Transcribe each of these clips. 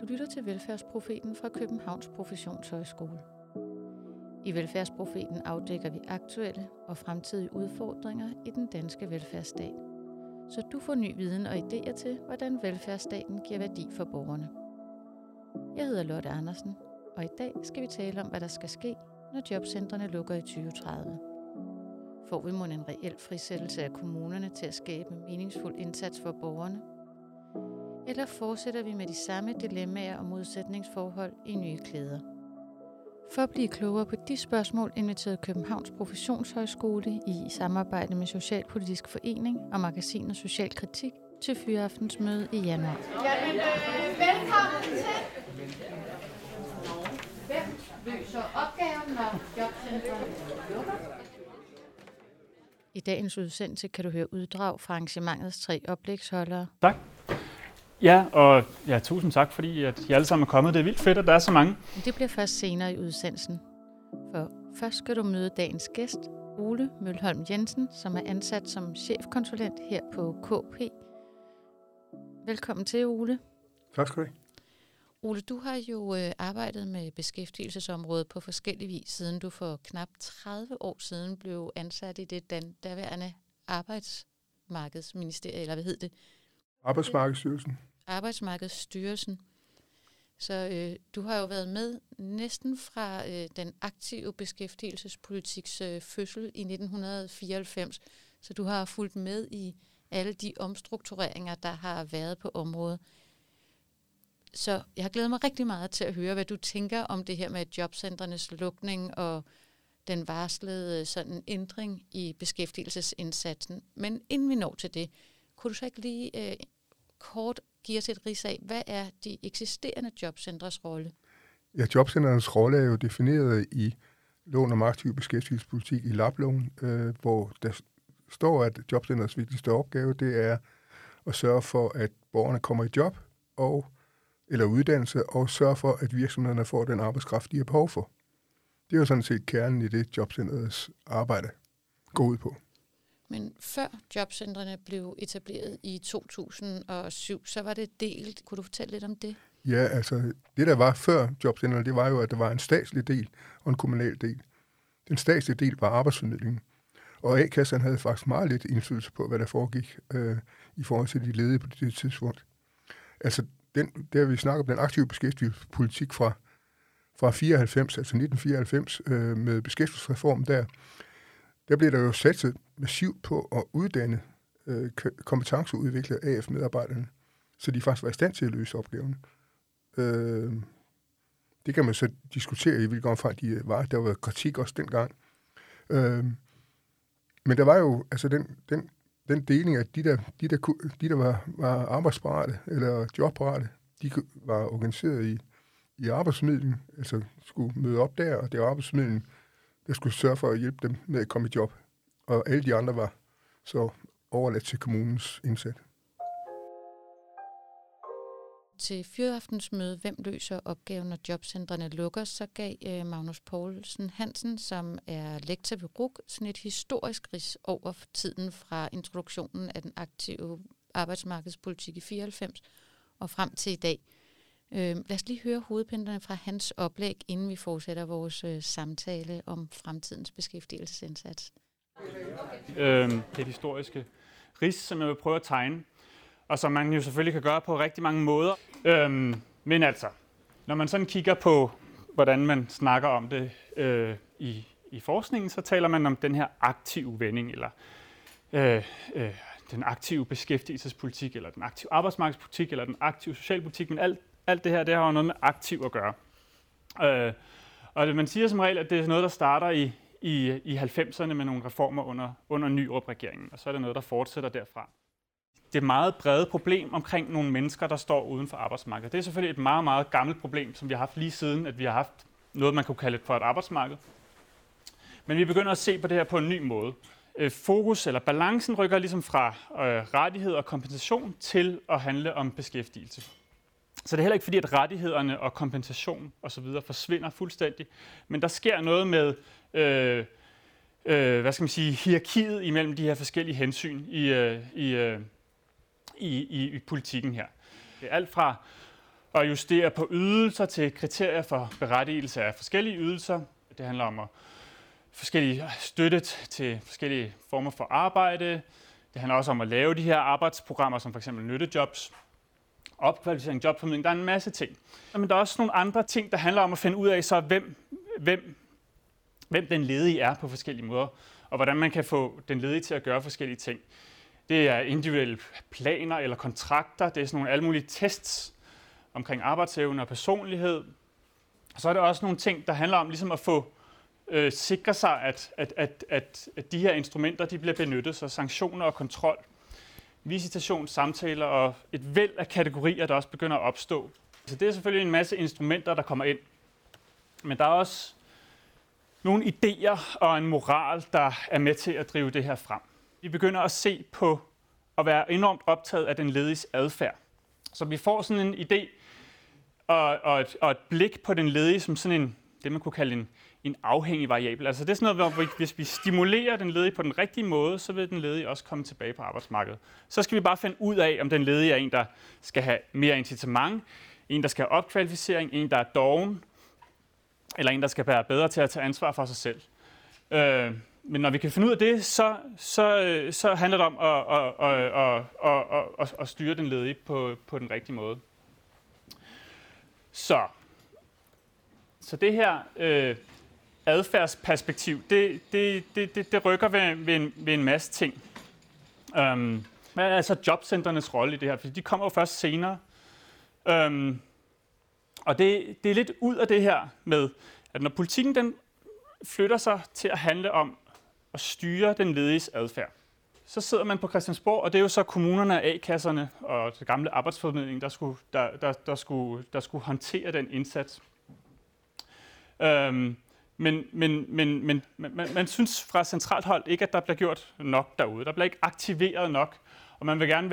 Du lytter til Velfærdsprofeten fra Københavns Professionshøjskole. I Velfærdsprofeten afdækker vi aktuelle og fremtidige udfordringer i den danske velfærdsstat, så du får ny viden og idéer til, hvordan velfærdsstaten giver værdi for borgerne. Jeg hedder Lotte Andersen, og i dag skal vi tale om, hvad der skal ske, når jobcentrene lukker i 2030. Får vi mon en reel frisættelse af kommunerne til at skabe meningsfuld indsats for borgerne? Eller fortsætter vi med de samme dilemmaer og modsætningsforhold i nye klæder? For at blive klogere på de spørgsmål inviterede Københavns Professionshøjskole i samarbejde med Socialpolitisk Forening og magasinet Social Kritik til fyraftensmøde i januar. Jamen, velkommen til. Hvem løser opgaven, når jobcentrene lukker? I dagens udsendelse kan du høre uddrag fra arrangementets 3 oplægsholdere. Tak. Ja, og tusind tak, fordi at I alle sammen er kommet. Det er vildt fedt, at der er så mange. Det bliver først senere i udsendelsen. For først skal du møde dagens gæst, Ole Mølholm Jensen, som er ansat som chefkonsulent her på KP. Velkommen til, Ole. Tak skal du have. Ole, du har jo arbejdet med beskæftigelsesområdet på forskellige vis, siden du for knap 30 år siden blev ansat i det daværende arbejdsmarkedsministerium, eller hvad hed det? Arbejdsmarkedsstyrelsen. Arbejdsmarkedsstyrelsen. Så du har jo været med næsten fra den aktive beskæftigelsespolitiks fødsel i 1994, så du har fulgt med i alle de omstruktureringer, der har været på området. Så jeg har glædet mig rigtig meget til at høre, hvad du tænker om det her med jobcentrenes lukning og den varslede sådan ændring i beskæftigelsesindsatsen. Men inden vi når til det, kunne du så ikke lige kort give os et rids af, hvad er de eksisterende jobcentres rolle? Ja, jobcentrenes rolle er jo defineret i loven om aktiv beskæftigelsespolitik i LAB-loven, hvor der står, at jobcentrets vigtigste opgave, det er at sørge for, at borgerne kommer i job eller uddannelse, og sørge for, at virksomhederne får den arbejdskraft, de har behov for. Det er jo sådan set kernen i det, jobcentrets arbejde går ud på. Men før jobcentrene blev etableret i 2007, så var det delt. Kunne du fortælle lidt om det? Ja, altså det, der var før jobcentrene, det var jo, at der var en statslig del og en kommunal del. Den statslige del var arbejdsformidlingen, og A-kasserne havde faktisk meget lidt indflydelse på, hvad der foregik i forhold til de ledige på det tidspunkt. Altså, der vi snakker om den aktive beskæftigelsespolitik fra 94, altså 1994, med beskæftigelsesreformen der blev der jo satset massivt på at uddanne kompetenceudvikle AF-medarbejderne, så de faktisk var i stand til at løse opgaven. Det kan man så diskutere i, hvilket omfang de var. Der var kritik også dengang. Men der var jo altså den deling, at de der var arbejdsparate eller jobparate, de var organiseret i arbejdsformidling, altså skulle møde op der, og det var arbejdsformidling, der skulle sørge for at hjælpe dem med at komme i job. Og alle de andre var så overladt til kommunens indsats. Til fyraftensmøde, hvem løser opgaven, når jobcentrene lukker, så gav Magnus Poulsen Hansen, som er lektor ved RUC, sådan et historisk rids over tiden fra introduktionen af den aktive arbejdsmarkedspolitik i 94 og frem til i dag. Lad os lige høre hovedpunkterne fra hans oplæg, inden vi fortsætter vores samtale om fremtidens beskæftigelsesindsats. Det historiske rids, som jeg vil prøve at tegne, og som man jo selvfølgelig kan gøre på rigtig mange måder. Men altså, når man sådan kigger på, hvordan man snakker om det i forskningen, så taler man om den her aktive vending, eller den aktive beskæftigelsespolitik, eller den aktive arbejdsmarkedspolitik, eller den aktive socialpolitik, men alt det her, det har jo noget med aktiv at gøre. Og man siger som regel, at det er noget, der starter i 90'erne med nogle reformer under Nyrup-regeringen, og så er det noget, der fortsætter derfra. Det er et meget brede problem omkring nogle mennesker, der står uden for arbejdsmarkedet. Det er selvfølgelig et meget, meget gammelt problem, som vi har haft lige siden, at vi har haft noget, man kunne kalde for et arbejdsmarked. Men vi begynder at se på det her på en ny måde. Fokus eller balancen rykker ligesom fra rettighed og kompensation til at handle om beskæftigelse. Så det er heller ikke fordi, at rettighederne og kompensation osv. forsvinder fuldstændig, men der sker noget med hierarkiet imellem de her forskellige hensyn i politikken her. Det er alt fra at justere på ydelser til kriterier for berettigelse af forskellige ydelser. Det handler om forskellige støtte til forskellige former for arbejde. Det handler også om at lave de her arbejdsprogrammer, som f.eks. nyttejobs, opkvalificering, jobformidling. Der er en masse ting. Men der er også nogle andre ting, der handler om at finde ud af, så hvem den ledige er på forskellige måder, og hvordan man kan få den ledige til at gøre forskellige ting. Det er individuelle planer eller kontrakter. Det er sådan nogle alle mulige tests omkring arbejdsevne og personlighed. Så er det også nogle ting, der handler om ligesom at få sikre sig, at de her instrumenter de bliver benyttet, så sanktioner og kontrol, visitation, samtaler og et væld af kategorier, der også begynder at opstå. Så det er selvfølgelig en masse instrumenter, der kommer ind. Men der er også nogle idéer og en moral, der er med til at drive det her frem. Vi begynder at se på at være enormt optaget af den lediges adfærd. Så vi får sådan en idé og et blik på den ledige som sådan det man kunne kalde en afhængig variabel. Altså det er sådan noget, hvor hvis vi stimulerer den ledige på den rigtige måde, så vil den ledige også komme tilbage på arbejdsmarkedet. Så skal vi bare finde ud af, om den ledige er en, der skal have mere incitament, en, der skal have opkvalificering, en, der er doven, eller en, der skal være bedre til at tage ansvar for sig selv. Men når vi kan finde ud af det, så handler det om at styre den ledige på den rigtige måde. Så det her adfærdsperspektiv, det rykker ved en masse ting. Hvad er altså jobcenternes rolle i det her? Fordi de kommer jo først senere. Og det er lidt ud af det her med, at når politikken den flytter sig til at handle om at styre den lediges adfærd, så sidder man på Christiansborg, og det er jo så kommunerne og A-kasserne og det gamle arbejdsformidling, der skulle håndtere den indsats. Men man synes fra centralt hold ikke, at der bliver gjort nok derude. Der bliver ikke aktiveret nok, og man vil gerne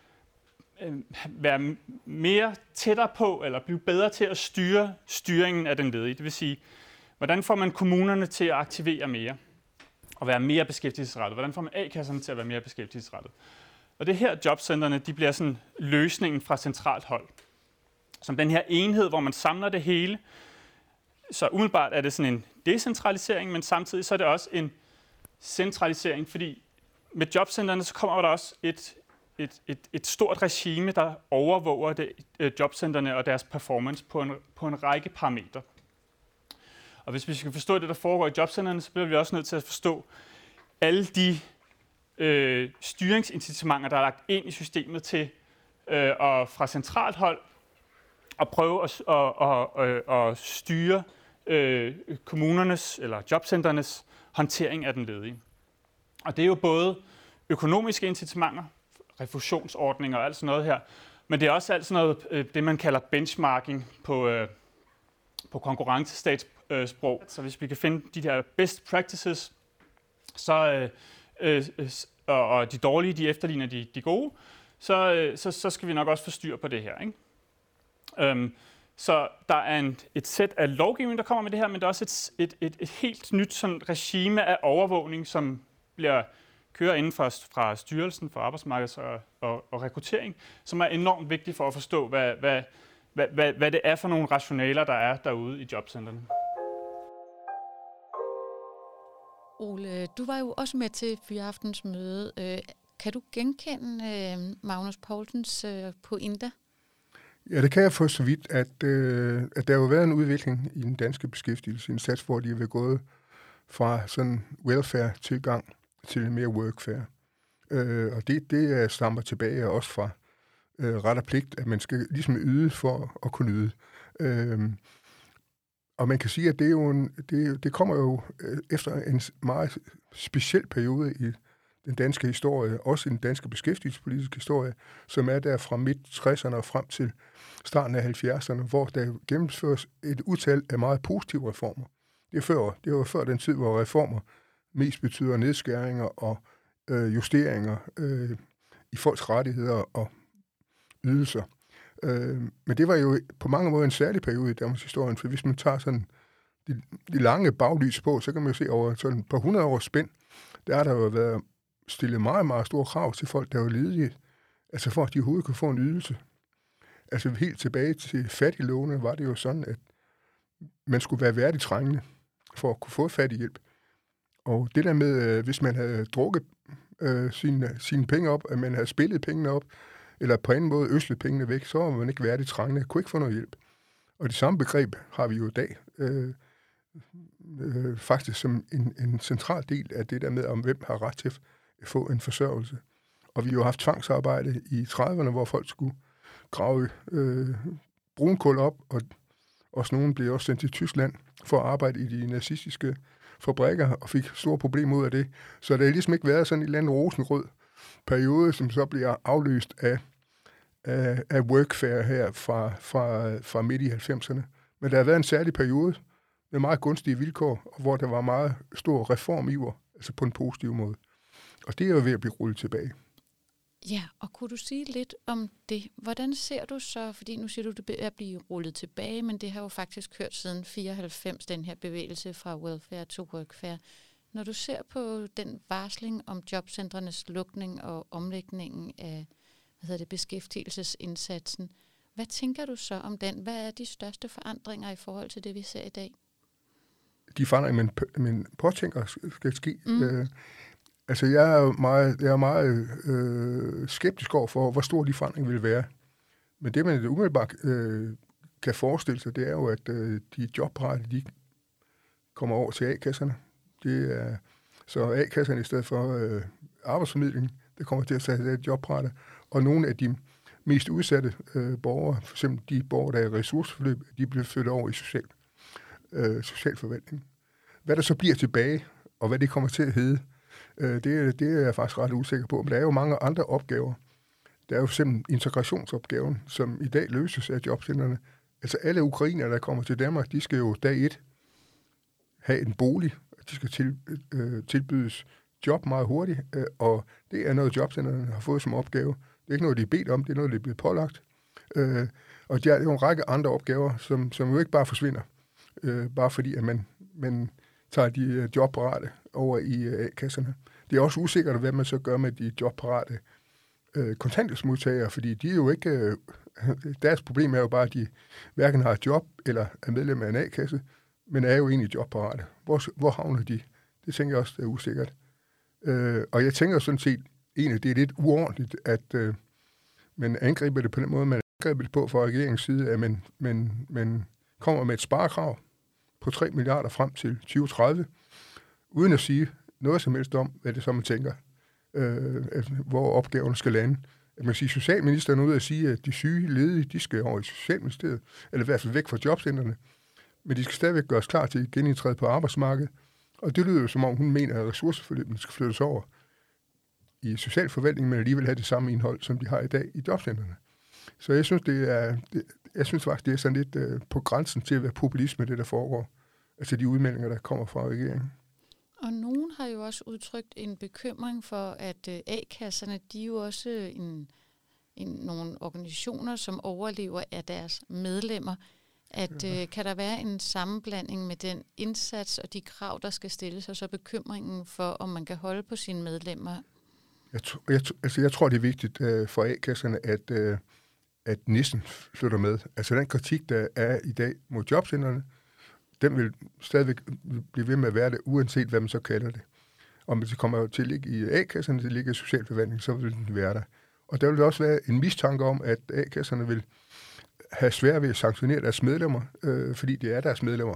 være mere tættere på, eller blive bedre til at styre styringen af den ledige. Det vil sige, hvordan får man kommunerne til at aktivere mere og være mere beskæftigelsesrettet? Hvordan får man A-kasserne til at være mere beskæftigelsesrettet? Og det her jobcentrene, de bliver sådan løsningen fra centralt hold. Som den her enhed, hvor man samler det hele. Så umiddelbart er det sådan en decentralisering, men samtidig så er det også en centralisering, fordi med jobcentrene så kommer der også et stort regime, der overvåger jobcentrene og deres performance på en række parametre. Og hvis vi skal forstå det, der foregår i jobcentrene, så bliver vi også nødt til at forstå alle de styringsincitamenter, der er lagt ind i systemet til og fra centralt hold at prøve at styre kommunernes eller jobcentrenes håndtering af den ledige. Og det er jo både økonomiske incitamenter, refusionsordninger og alt sådan noget her, men det er også alt sådan noget, det man kalder benchmarking på konkurrencestats-sprog. Så hvis vi kan finde de her best practices, og de dårlige, de efterligner de gode, så skal vi nok også få styr på det her, ikke? Så der er et sæt af lovgivning, der kommer med det her, men der er også et helt nyt sådan regime af overvågning, som kører inden fra Styrelsen for Arbejdsmarkeds og Rekruttering, som er enormt vigtigt for at forstå, hvad det er for nogle rationaler, der er derude i jobcentrene. Ole, du var jo også med til Fyraftens møde. Kan du genkende Magnus Poulsens pointer? Ja, det kan jeg for så vidt, at der har jo været en udvikling i den danske beskæftigelsesindsats, hvor de er gået fra sådan welfare-tilgang til mere workfare. Og det stammer tilbage også fra ret og pligt, at man skal ligesom yde for at kunne yde. Og man kan sige, at det kommer jo efter en meget speciel periode i den danske historie, også i den danske beskæftigelsespolitiske historie, som er der fra midt-60'erne og frem til starten af 70'erne, hvor der gennemføres et utal af meget positive reformer. Det var før den tid, hvor reformer mest betyder nedskæringer og justeringer i folks rettigheder og ydelser. Men det var jo på mange måder en særlig periode i Danmarks historie, for hvis man tager sådan de lange baglys på, så kan man jo se over sådan på 100 års spænd, der har der jo været stillet meget, meget store krav til folk, der var ledige, altså for at de overhovedet kunne få en ydelse. Altså helt tilbage til fattiglovene var det jo sådan, at man skulle være værdigt trængende for at kunne få fattighjælp. Og det der med, hvis man havde drukket sine penge op, at man havde spillet pengene op, eller på en måde øslet pengene væk, så var man ikke værdigt trængende, kunne ikke få noget hjælp. Og det samme begreb har vi jo i dag, faktisk som en central del af det der med, om hvem har ret til at få en forsørgelse. Og vi har jo haft tvangsarbejde i 30'erne, hvor folk skulle grave brunkul op, og også nogen blev også sendt til Tyskland for at arbejde i de nazistiske fabrikker, og fik store problemer ud af det. Så det har ligesom ikke været sådan en eller anden rosenrød periode, som så bliver afløst af workfare her fra midt i 90'erne. Men der har været en særlig periode med meget gunstige vilkår, hvor der var meget stor reformiver, altså på en positiv måde. Og det er jo ved at blive rullet tilbage. Ja, og kunne du sige lidt om det? Hvordan ser du så, fordi nu siger du, det er at blive rullet tilbage, men det har jo faktisk kørt siden 94, den her bevægelse fra welfare to workfare. Når du ser på den varsling om jobcentrenes lukning og omlægningen af beskæftigelsesindsatsen, hvad tænker du så om den? Hvad er de største forandringer i forhold til det, vi ser i dag? De forandringer, man påtænker skal ske. Altså, jeg er meget skeptisk over for, hvor stor de forandringer vil være. Men det, man umiddelbart kan forestille sig, det er jo, at de jobparate, de kommer over til A-kasserne. Så A-kasserne i stedet for arbejdsformidling, det kommer til at tage jobparate. Og nogle af de mest udsatte borgere, f.eks. de borgere, der er i ressourceforløb, de bliver flyttet over i socialforvaltning. Hvad der så bliver tilbage, og hvad det kommer til at hedde, det er jeg faktisk ret usikker på. Men der er jo mange andre opgaver. Der er jo simpelthen integrationsopgaven, som i dag løses af jobcentrene. Altså alle ukrainere, der kommer til Danmark, de skal jo dag 1 have en bolig. De skal tilbydes job meget hurtigt, og det er noget, jobcentrene har fået som opgave. Det er ikke noget, de er bedt om, det er noget, der er blevet pålagt. Og der er jo en række andre opgaver, som jo ikke bare forsvinder, bare fordi, at man tager de jobparate over i A-kasserne. Det er også usikkert, hvad man så gør med de jobparate kontanthjælpsmodtagere, fordi de er jo ikke... Deres problem er jo bare, at de hverken har et job eller er medlem af en A-kasse, men er jo egentlig jobparate. Hvor havner de? Det tænker jeg også, det er usikkert. Og jeg tænker sådan set, egentlig, det er lidt uordentligt, at man angriber det på den måde, man angriber det på fra regeringens side, at man kommer med et sparekrav på 3 milliarder frem til 2030, uden at sige noget som helst om, hvad det så man tænker, hvor opgaverne skal lande. At man siger, socialministeren er ude at sige, at de syge ledige, de skal over i Socialministeriet, eller i hvert fald væk fra jobcentrene, men de skal stadigvæk gøres klar til at genindtræde på arbejdsmarkedet. Og det lyder jo som om, hun mener, at ressourceforløbene skal flyttes over i socialforvaltningen, men alligevel have det samme indhold, som de har i dag i jobcentrene. Så jeg synes, jeg synes faktisk, det er sådan lidt på grænsen til at være populisme, det der foregår. Altså de udmeldinger, der kommer fra regeringen. Og nogen har jo også udtrykt en bekymring for, at A-kasserne, de er jo også nogle organisationer, som overlever af deres medlemmer. Kan der være en sammenblanding med den indsats og de krav, der skal stilles, og så bekymringen for, om man kan holde på sine medlemmer? Jeg tror, det er vigtigt for A-kasserne, at Nissen flytter med. Altså den kritik, der er i dag mod jobcentrene, den vil stadigvæk blive ved med at være det, uanset hvad man så kalder det. Om det kommer til at ligge i A-kasserne, det ligger i socialforvaltning, så vil den være der. Og der vil også være en mistanke om, at A-kasserne vil have svært ved at sanktionere deres medlemmer, fordi det er deres medlemmer,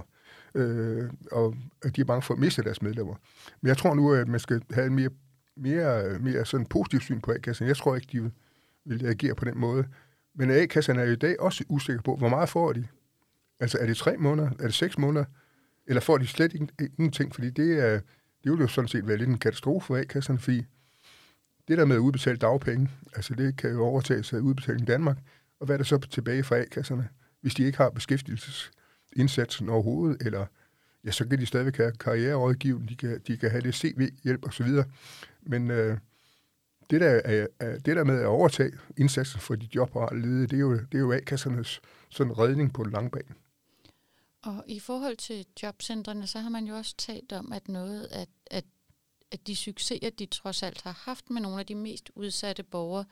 og de er bange for at miste deres medlemmer. Men jeg tror nu, at man skal have en mere sådan positiv syn på A-kasserne. Jeg tror ikke, de vil agere på den måde. Men A-kasserne er i dag også usikre på, hvor meget får de? Altså, er det 3 måneder? Er det 6 måneder? Eller får de slet ingenting? Fordi det vil jo sådan set være lidt en katastrofe for A-kasserne, fordi det der med at udbetale dagpenge, altså det kan jo overtages af Udbetaling i Danmark, og hvad er der så tilbage fra A-kasserne, hvis de ikke har beskæftigelsesindsatsen overhovedet, eller ja, så kan de stadigvæk have karriererådgivning, de kan have det CV-hjælp osv. Men det der med at overtage indsatsen for de jobparate ledige, det er jo A-kassernes sådan redning på den lange bane. Og i forhold til jobcentrene, så har man jo også talt om, at noget at de succeser, de trods alt har haft med nogle af de mest udsatte borgere,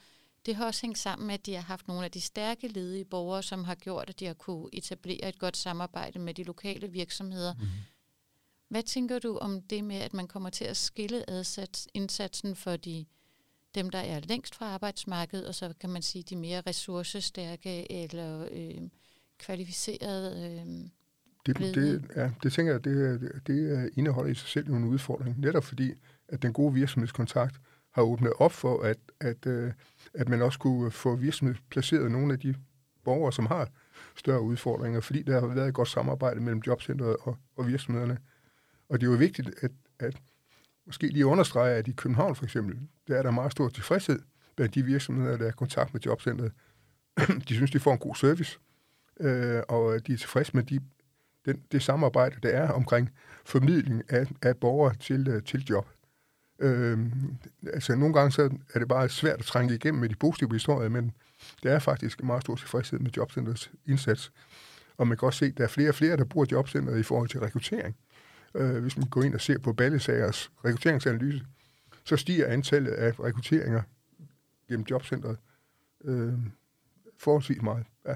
det har også hængt sammen med, at de har haft nogle af de stærke ledige borgere, som har gjort, at de har kunne etablere et godt samarbejde med de lokale virksomheder. Hvad tænker du om det med, at man kommer til at skille indsatsen for dem, der er længst fra arbejdsmarkedet, og så kan man sige de mere ressourcestærke eller kvalificerede det tænker jeg, det indeholder i sig selv en udfordring, netop fordi, at den gode virksomhedskontakt har åbnet op for, at man også kunne få virksomhedsplaceret nogle af de borgere, som har større udfordringer, fordi der har været et godt samarbejde mellem jobcentret og virksomhederne. Og det er jo vigtigt, at måske lige understrege, at i København for eksempel, der er der meget stor tilfredshed blandt de virksomheder, der er i kontakt med jobcentret. De synes, de får en god service, og de er tilfredse med det samarbejde, der er omkring formidling af borgere til job. Altså nogle gange så er det bare svært at trænge igennem med de positive historier, men der er faktisk en meget stor tilfredshed med jobcentrets indsats. Og man kan også se, at der er flere og flere, der bruger jobcentret i forhold til rekruttering. Hvis man går ind og ser på Ballesagers rekrutteringsanalyse, så stiger antallet af rekrutteringer gennem jobcentret forholdsvis meget. Ja.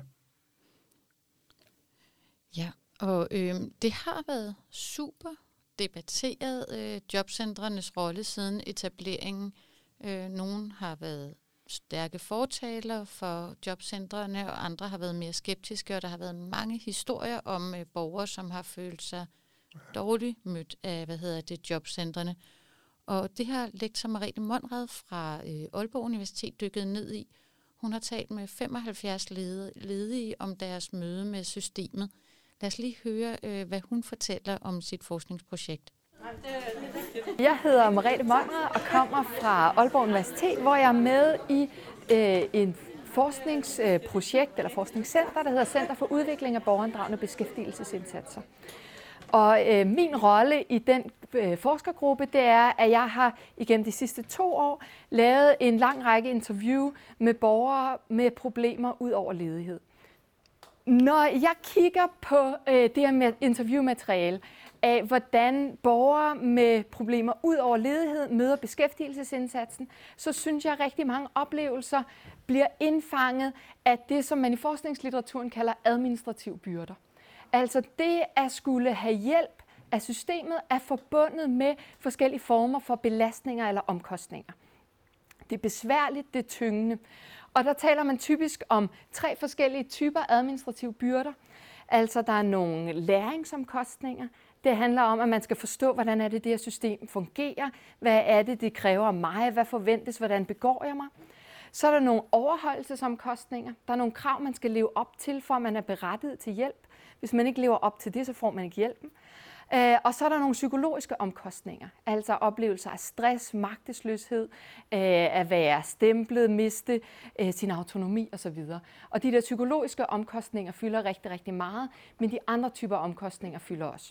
Ja, og det har været super debatteret jobcentrenes rolle siden etableringen. Nogle har været stærke fortalere for jobcentrene, og andre har været mere skeptiske, og der har været mange historier om borgere, som har følt sig dårligt mødt af, jobcentrene. Og det har lektor Merete Monrad fra Aalborg Universitet dykket ned i. Hun har talt med 75 ledige om deres møde med systemet. Lad os lige høre, hvad hun fortæller om sit forskningsprojekt. Jeg hedder Merete Monrad og kommer fra Aalborg Universitet, hvor jeg er med i en forskningsprojekt eller forskningscenter, der hedder Center for Udvikling af Borgerinddragende Beskæftigelsesindsatser. Og min rolle i den forskergruppe, det er, at jeg har igennem de sidste 2 år lavet en lang række interview med borgere med problemer ud over ledighed. Når jeg kigger på det her med interviewmateriale af, hvordan borgere med problemer ud over ledighed møder beskæftigelsesindsatsen, så synes jeg, at rigtig mange oplevelser bliver indfanget af det, som man i forskningslitteraturen kalder administrative byrder. Altså det at skulle have hjælp af systemet er forbundet med forskellige former for belastninger eller omkostninger. Det er besværligt, det er tyngende. Og der taler man typisk om 3 forskellige typer administrative byrder. Altså der er nogle læringsomkostninger. Det handler om, at man skal forstå, hvordan er det her system fungerer. Hvad er det kræver af mig? Hvad forventes? Hvordan begår jeg mig? Så er der nogle overholdelsesomkostninger. Der er nogle krav, man skal leve op til, for at man er berettiget til hjælp. Hvis man ikke lever op til det, så får man ikke hjælpen. Og så er der nogle psykologiske omkostninger, altså oplevelser af stress, magtesløshed, at være stemplet, miste sin autonomi osv. Og de der psykologiske omkostninger fylder rigtig, rigtig meget, men de andre typer omkostninger fylder også.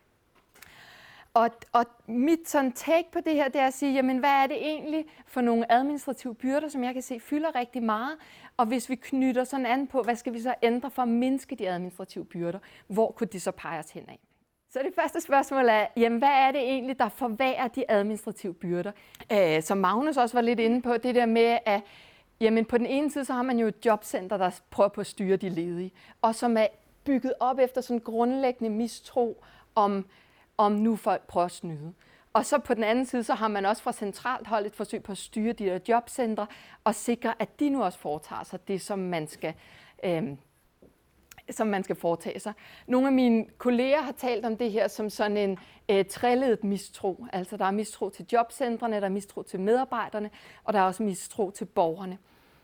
Og mit sådan take på det her, det er at sige, jamen hvad er det egentlig for nogle administrative byrder, som jeg kan se fylder rigtig meget, og hvis vi knytter sådan an på, hvad skal vi så ændre for at mindske de administrative byrder, hvor kunne de så pege os henad? Så det første spørgsmål er, jamen hvad er det egentlig, der forværrer de administrative byrder? Som Magnus også var lidt inde på, det der med, at jamen på den ene side, så har man jo et jobcenter, der prøver på at styre de ledige, og som er bygget op efter sådan en grundlæggende mistro om nu folk prøver at snyde. Og så på den anden side, så har man også fra centralt hold et forsøg på at styre de der jobcentre og sikre, at de nu også foretager sig det, som man skal foretage sig. Nogle af mine kolleger har talt om det her som sådan en treledet mistro. Altså der er mistro til jobcentrene, der er mistro til medarbejderne, og der er også mistro til borgerne.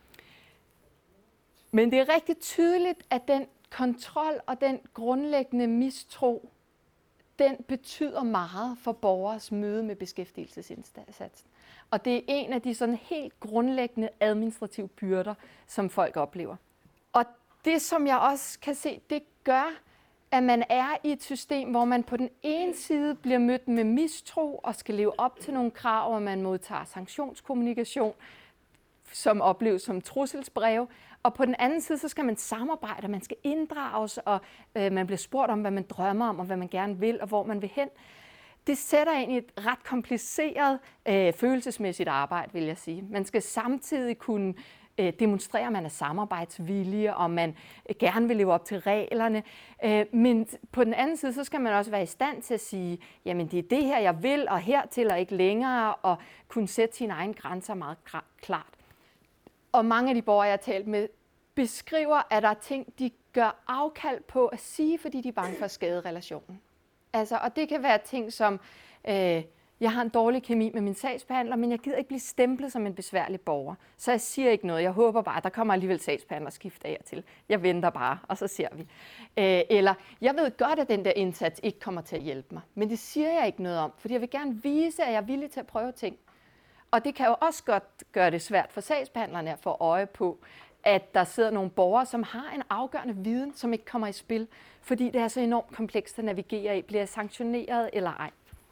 Men det er rigtig tydeligt, at den kontrol og den grundlæggende mistro, den betyder meget for borgers møde med beskæftigelsesindsatsen. Og det er en af de sådan helt grundlæggende administrative byrder, som folk oplever. Og det, som jeg også kan se, det gør, at man er i et system, hvor man på den ene side bliver mødt med mistro og skal leve op til nogle krav, og man modtager sanktionskommunikation, som opleves som trusselsbreve. Og på den anden side, så skal man samarbejde, man skal inddrages, og man bliver spurgt om, hvad man drømmer om, og hvad man gerne vil, og hvor man vil hen. Det sætter ind i et ret kompliceret følelsesmæssigt arbejde, vil jeg sige. Man skal samtidig kunne demonstrerer, at man er samarbejdsvillig, og man gerne vil leve op til reglerne. Men på den anden side, så skal man også være i stand til at sige, jamen det er det her, jeg vil, og hertil og ikke længere, og kunne sætte sine egne grænser meget klart. Og mange af de borgere, jeg har talt med, beskriver, at der er ting, de gør afkald på at sige, fordi de er bange for at skade relationen. Altså, og det kan være ting som, jeg har en dårlig kemi med min sagsbehandler, men jeg gider ikke blive stemplet som en besværlig borger. Så jeg siger ikke noget. Jeg håber bare, at der kommer alligevel sagsbehandlerskift af og til. Jeg venter bare, og så ser vi. Eller, jeg ved godt, at den der indsats ikke kommer til at hjælpe mig, men det siger jeg ikke noget om, fordi jeg vil gerne vise, at jeg er villig til at prøve ting. Og det kan jo også godt gøre det svært for sagsbehandlerne at få øje på, at der sidder nogle borgere, som har en afgørende viden, som ikke kommer i spil, fordi det er så enormt komplekst at navigere i. Bliver sanktioneret eller ej?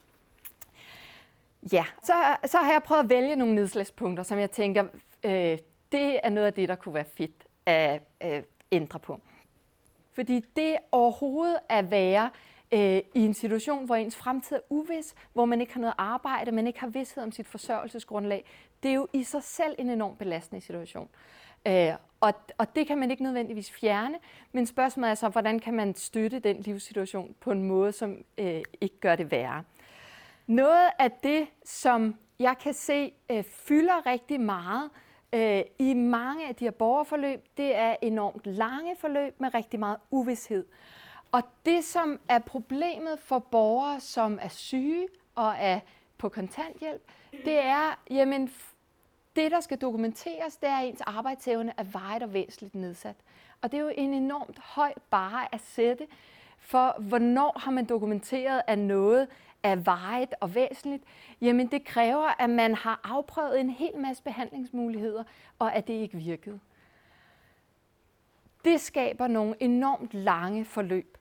Ja, så har jeg prøvet at vælge nogle nedslagspunkter, som jeg tænker, det er noget af det, der kunne være fedt at ændre på. Fordi det overhovedet at være i en situation, hvor ens fremtid er uvis, hvor man ikke har noget arbejde, man ikke har vished om sit forsørgelsesgrundlag, det er jo i sig selv en enormt belastende situation. Og det kan man ikke nødvendigvis fjerne, men spørgsmålet er så, hvordan kan man støtte den livssituation på en måde, som ikke gør det værre. Noget af det, som jeg kan se fylder rigtig meget i mange af de her borgerforløb, det er enormt lange forløb med rigtig meget uvished. Og det, som er problemet for borgere, som er syge og er på kontanthjælp, det er, jamen, det, der skal dokumenteres, det er, at ens arbejdsevne er varigt og væsentligt nedsat. Og det er jo en enormt høj barre at sætte, for hvornår har man dokumenteret, at noget er varigt og væsentligt? Jamen, det kræver, at man har afprøvet en hel masse behandlingsmuligheder, og at det ikke virkede. Det skaber nogle enormt lange forløb.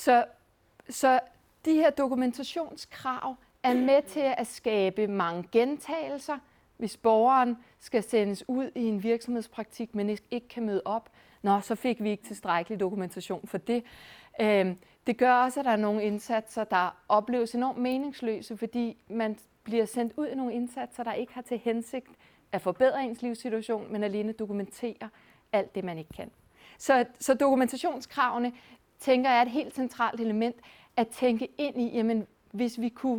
Så de her dokumentationskrav er med til at skabe mange gentagelser, hvis borgeren skal sendes ud i en virksomhedspraktik, men ikke kan møde op. Så fik vi ikke tilstrækkelig dokumentation for det. Det gør også, at der er nogle indsatser, der opleves enormt meningsløse, fordi man bliver sendt ud i nogle indsatser, der ikke har til hensigt at forbedre ens livssituation, men alene dokumentere alt det, man ikke kan. Så dokumentationskravene, tænker jeg, er et helt centralt element at tænke ind i, jamen, hvis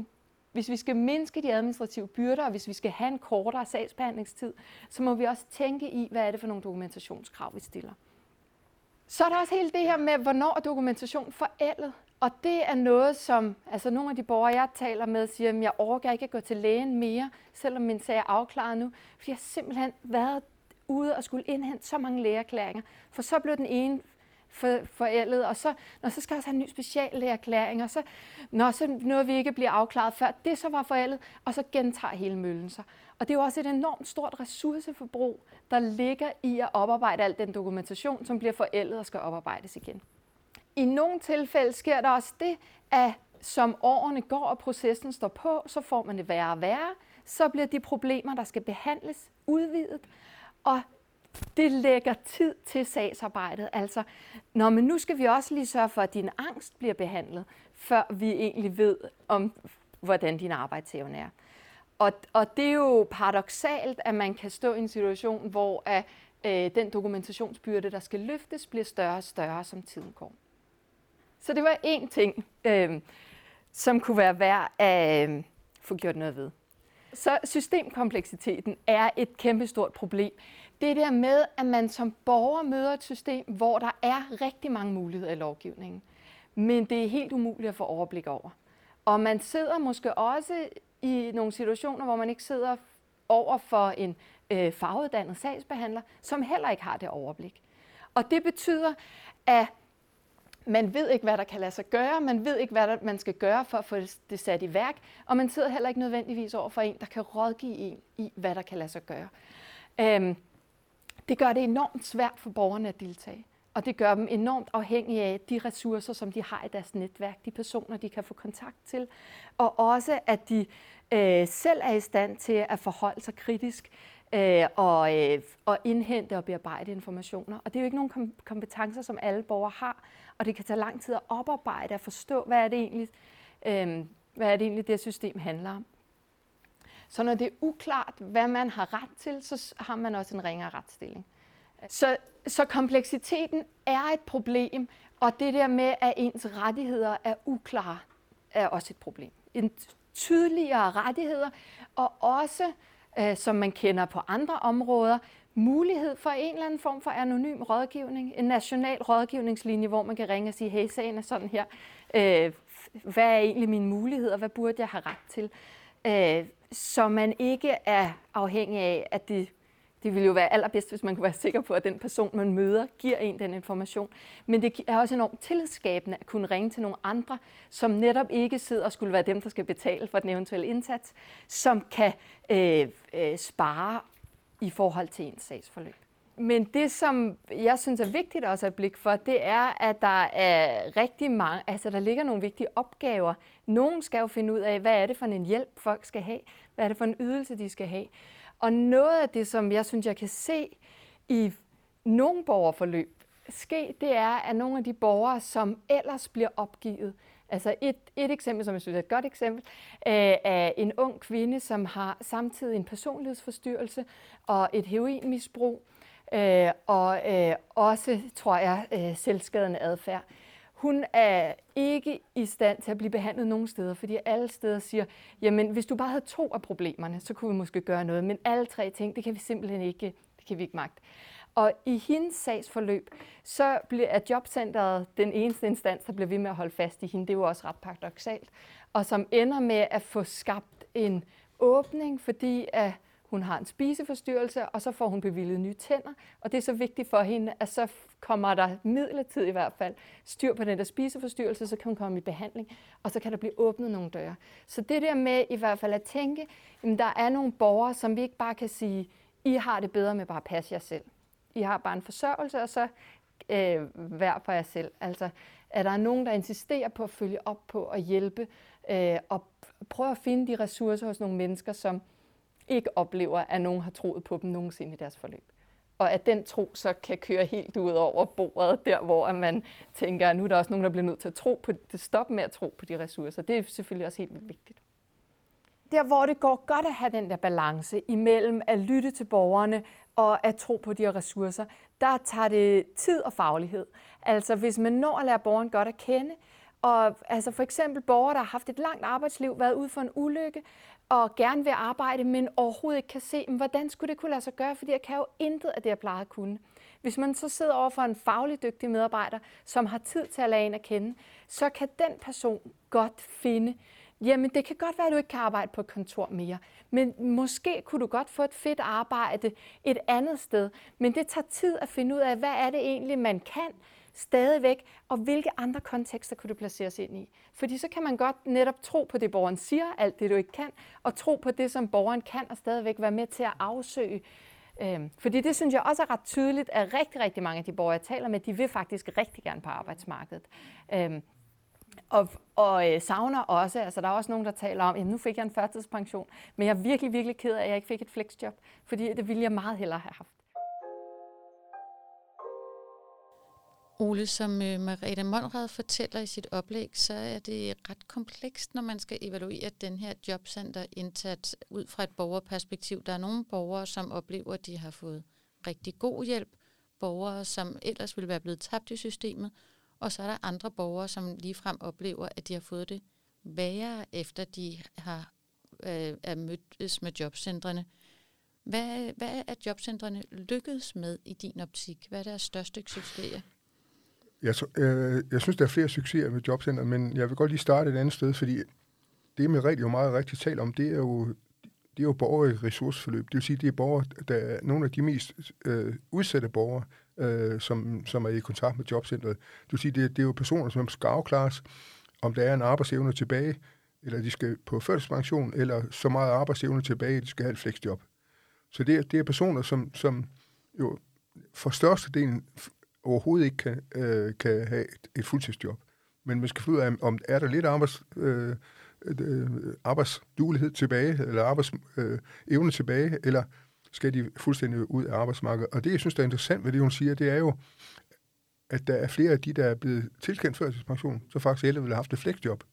vi skal mindske de administrative byrder, og hvis vi skal have en kortere sagsbehandlingstid, så må vi også tænke i, hvad er det for nogle dokumentationskrav, vi stiller. Så er der også hele det her med, hvornår er dokumentation forældet. Og det er noget, som nogle af de borgere, jeg taler med, siger, at jeg orker ikke at gå til lægen mere, selvom min sag er afklaret nu. Fordi jeg har simpelthen været ude og skulle indhente så mange lægeerklæringer. For så blev den ene forældet, og så skal jeg også have en ny speciallægeerklæring, og så noget, vi ikke bliver afklaret før, det så var forældet, og så gentager hele møllen sig. Og det er jo også et enormt stort ressourceforbrug, der ligger i at oparbejde al den dokumentation, som bliver forældet og skal oparbejdes igen. I nogle tilfælde sker der også det, at som årene går og processen står på, så får man det værre og værre, så bliver de problemer, der skal behandles, udvidet, og det lægger tid til sagsarbejdet. Altså, men nu skal vi også lige sørge for, at din angst bliver behandlet, før vi egentlig ved, hvordan din arbejdsevne er. Og det er jo paradoksalt, at man kan stå i en situation, hvor den dokumentationsbyrde, der skal løftes, bliver større og større, som tiden går. Så det var én ting, som kunne være værd at få gjort noget ved. Så systemkompleksiteten er et kæmpestort problem. Det der med, at man som borger møder et system, hvor der er rigtig mange muligheder i lovgivningen, men det er helt umuligt at få overblik over. Og man sidder måske også i nogle situationer, hvor man ikke sidder over for en faguddannet sagsbehandler, som heller ikke har det overblik. Og det betyder, at man ved ikke, hvad der kan lade sig gøre, man ved ikke, hvad man skal gøre for at få det sat i værk, og man sidder heller ikke nødvendigvis over for en, der kan rådgive en i, hvad der kan lade sig gøre. Det gør det enormt svært for borgerne at deltage, og det gør dem enormt afhængige af de ressourcer, som de har i deres netværk, de personer, de kan få kontakt til, og også, at de selv er i stand til at forholde sig kritisk og indhente og bearbejde informationer. Og det er jo ikke nogen kompetencer, som alle borgere har, og det kan tage lang tid at oparbejde og forstå, hvad er det egentlig, det system handler om. Så når det er uklart, hvad man har ret til, så har man også en ringere retsstilling. Så kompleksiteten er et problem, og det der med, at ens rettigheder er uklare, er også et problem. En tydeligere rettigheder, og også, som man kender på andre områder, mulighed for en eller anden form for anonym rådgivning, en national rådgivningslinje, hvor man kan ringe og sige, hey, sagen er sådan her, hvad er egentlig mine muligheder, hvad burde jeg have ret til? Så man ikke er afhængig af, at det ville jo være allerbedst, hvis man kunne være sikker på, at den person, man møder, giver en den information. Men det er også enormt tillidsskabende at kunne ringe til nogle andre, som netop ikke sidder og skulle være dem, der skal betale for den eventuelle indsats, som kan spare i forhold til ens sagsforløb. Men det, som jeg synes er vigtigt også at blik for, det er, at der er rigtig mange, altså der ligger nogle vigtige opgaver. Nogen skal jo finde ud af, hvad er det for en hjælp, folk skal have? Hvad er det for en ydelse, de skal have? Og noget af det, som jeg synes, jeg kan se i nogle borgerforløb ske, det er, at nogle af de borgere, som ellers bliver opgivet. Altså et eksempel, som jeg synes er et godt eksempel, er en ung kvinde, som har samtidig en personlighedsforstyrrelse og et heroinmisbrug, og også, tror jeg, selvskadende adfærd. Hun er ikke i stand til at blive behandlet nogen steder, fordi alle steder siger, jamen hvis du bare havde 2 af problemerne, så kunne vi måske gøre noget, men alle 3 ting, det kan vi simpelthen ikke, magte. Og i hendes sagsforløb, så er jobcentret den eneste instans, der bliver ved med at holde fast i hende. Det er jo også ret paradoksalt. Og som ender med at få skabt en åbning, fordi at hun har en spiseforstyrrelse, og så får hun bevilget nye tænder. Og det er så vigtigt for hende, at så kommer der midlertidigt i hvert fald styr på den der spiseforstyrrelse, så kan hun komme i behandling, og så kan der blive åbnet nogle døre. Så det der med i hvert fald at tænke, at der er nogle borgere, som vi ikke bare kan sige, I har det bedre med bare at passe jer selv. I har bare en forsørgelse, og så hver for jer selv. Altså, at der er nogen, der insisterer på at følge op på og hjælpe, og prøve at finde de ressourcer hos nogle mennesker, som ikke oplever, at nogen har troet på dem nogensinde i deres forløb. Og at den tro så kan køre helt ud over bordet, der hvor man tænker, at nu er der også nogen, der bliver nødt til at tro på det. Stop med at tro på de ressourcer. Det er selvfølgelig også helt vildt vigtigt. Der, hvor det går godt at have den der balance imellem at lytte til borgerne og at tro på de her ressourcer, der tager det tid og faglighed. Altså hvis man når at lære borgeren godt at kende, og altså for eksempel borgere, der har haft et langt arbejdsliv, været ude for en ulykke, og gerne vil arbejde, men overhovedet ikke kan se, hvordan skulle det kunne lade sig gøre, fordi jeg kan jo intet af det, jeg plejer at kunne. Hvis man så sidder over for en faglig dygtig medarbejder, som har tid til at lade en at kende, så kan den person godt finde, jamen det kan godt være, at du ikke kan arbejde på et kontor mere, men måske kunne du godt få et fedt arbejde et andet sted. Men det tager tid at finde ud af, hvad er det egentlig, man kan stadigvæk, og hvilke andre kontekster kunne du placeres ind i. Fordi så kan man godt netop tro på det, borgeren siger, alt det du ikke kan, og tro på det, som borgeren kan, og stadigvæk være med til at afsøge. Fordi det synes jeg også er ret tydeligt, at rigtig, rigtig mange af de borgere, jeg taler med, de vil faktisk rigtig gerne på arbejdsmarkedet. Og savner også, altså der er også nogen, der taler om, jamen nu fik jeg en førtidspension, men jeg er virkelig, virkelig ked af, at jeg ikke fik et flexjob, fordi det ville jeg meget hellere have haft. Ole, som Merete Monrad fortæller i sit oplæg, så er det ret komplekst, når man skal evaluere den her jobcenterindsats ud fra et borgerperspektiv. Der er nogle borgere, som oplever, at de har fået rigtig god hjælp. Borgere, som ellers ville være blevet tabt i systemet. Og så er der andre borgere, som ligefrem oplever, at de har fået det værre, efter de har mødtes med jobcentrene. Hvad er jobcentrene lykkedes med i din optik? Hvad er deres største succeser? Jeg synes, der er flere succeser med jobcenter, men jeg vil godt lige starte et andet sted, fordi det med rigtig meget rigtigt tale om, det er jo borgere i ressourceforløb. Det vil sige, det er borgere, der er nogle af de mest udsatte borgere, som er i kontakt med jobcentret. Det vil sige, det er jo personer, som skal afklares, om der er en arbejdsevne tilbage, eller de skal på førtidspension, eller så meget arbejdsevne tilbage, at de skal have et flexjob. Så det er personer, som jo for størstedelen overhovedet ikke kan have et fuldtidsjob. Men man skal finde ud af, om er der lidt arbejdsduelighed tilbage, eller arbejdsevne tilbage, eller skal de fuldstændig ud af arbejdsmarkedet. Og det, jeg synes, der er interessant ved det, hun siger, det er jo, at der er flere af de, der er blevet tilkendt førtidspension, så faktisk alle ville have haft et flexjob.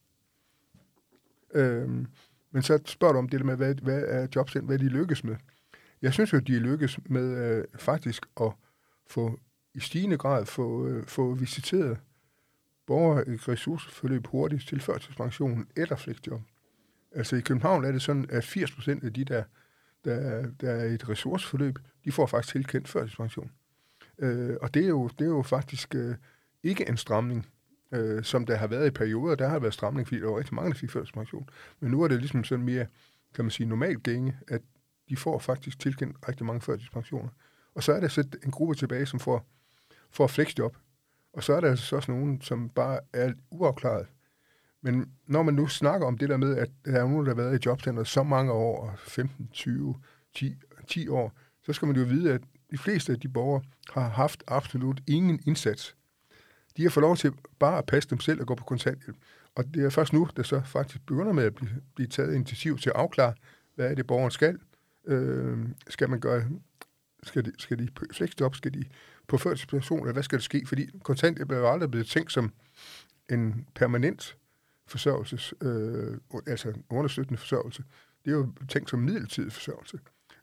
Men så spørger du om det med, hvad er jobcenter, hvad de lykkes med. Jeg synes jo, de lykkes med faktisk at i stigende grad få visiteret borgere i ressourceforløb hurtigt til førtidspension eller fleksjob. Altså i København er det sådan, at 80% af de, der er i et ressourceforløb, de får faktisk tilkendt førtidspension. Og det er jo faktisk ikke en stramning, som der har været i perioder. Der har været stramning, fordi der var rigtig mange, der fik førtidspension. Men nu er det ligesom sådan mere, kan man sige, normalt gænge, at de får faktisk tilkendt rigtig mange førtidspensioner. Og så er der så en gruppe tilbage, som får fleksjob. Og så er der altså også nogen, som bare er uafklaret. Men når man nu snakker om det der med, at der er nogen, der har været i jobcenteret så mange år, 15, 20, 10 år, så skal man jo vide, at de fleste af de borgere har haft absolut ingen indsats. De har fået lov til bare at passe dem selv og gå på kontanthjælp. Og det er først nu, der så faktisk begynder med at blive taget initiativ til at afklare, hvad er det, borgeren skal. Skal man gøre... Skal de på fleksjob? Skal de på førtidspension? Eller hvad skal der ske? Fordi kontanthjælp er jo aldrig blevet tænkt som en permanent forsørgelses, altså understøttende forsørgelse. Det er jo tænkt som midlertidig forsørgelse.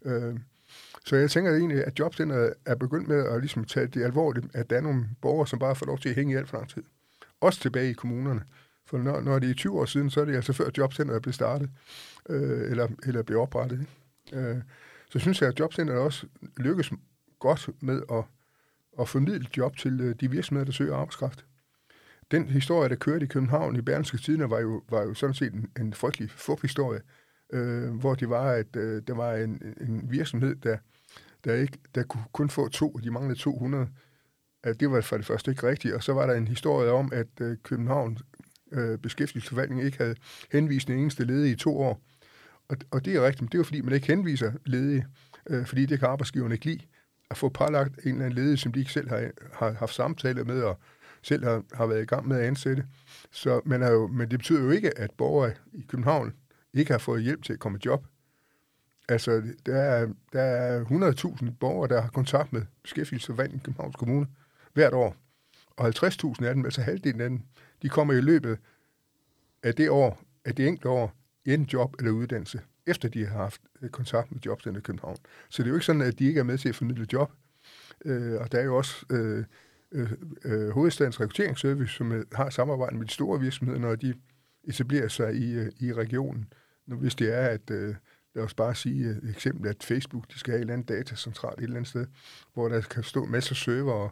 Så jeg tænker egentlig, at jobcenteret er begyndt med at ligesom tage det alvorligt, at der er nogle borgere, som bare får lov til at hænge i alt for lang tid. Også tilbage i kommunerne. For når det er 20 år siden, så er det altså før jobcenteret blev startet, eller blev oprettet. Så synes jeg, at jobcenteret også lykkes godt med at formidle job til de virksomheder, der søger arbejdskraft. Den historie, der kørte i København i Berlingske Tidende, var jo sådan set en frygtelig fup-historie, hvor det var, at der var en virksomhed, der kunne kun få 2, og de manglede 200. Det var for det første ikke rigtigt, og så var der en historie om, at København beskæftigelsesforvaltning ikke havde henvist den eneste ledige i 2 år. Og det er rigtigt, men det er jo fordi, man ikke henviser ledige, fordi det kan arbejdsgiverne ikke lide, at få pålagt en eller anden ledige, som de ikke selv har haft samtaler med, og selv har været i gang med at ansætte. Så men det betyder jo ikke, at borgere i København ikke har fået hjælp til at komme i job. Altså, der er 100.000 borgere, der har kontakt med beskæftigelsesforvaltningen i Københavns Kommune hvert år. Og 50.000 af dem, altså halvdelen af dem, de kommer i løbet af det enkelte år, i en job eller uddannelse, efter de har haft kontakt med Jobcenter i København. Så det er jo ikke sådan, at de ikke er med til at formidle job. Og der er jo også Hovedstadens Rekrutteringsservice, som har samarbejde med de store virksomheder, når de etablerer sig i regionen. Hvis det er, at lad os bare sige et eksempel, at Facebook de skal have et eller andet datacentral et eller andet sted, hvor der kan stå masser af server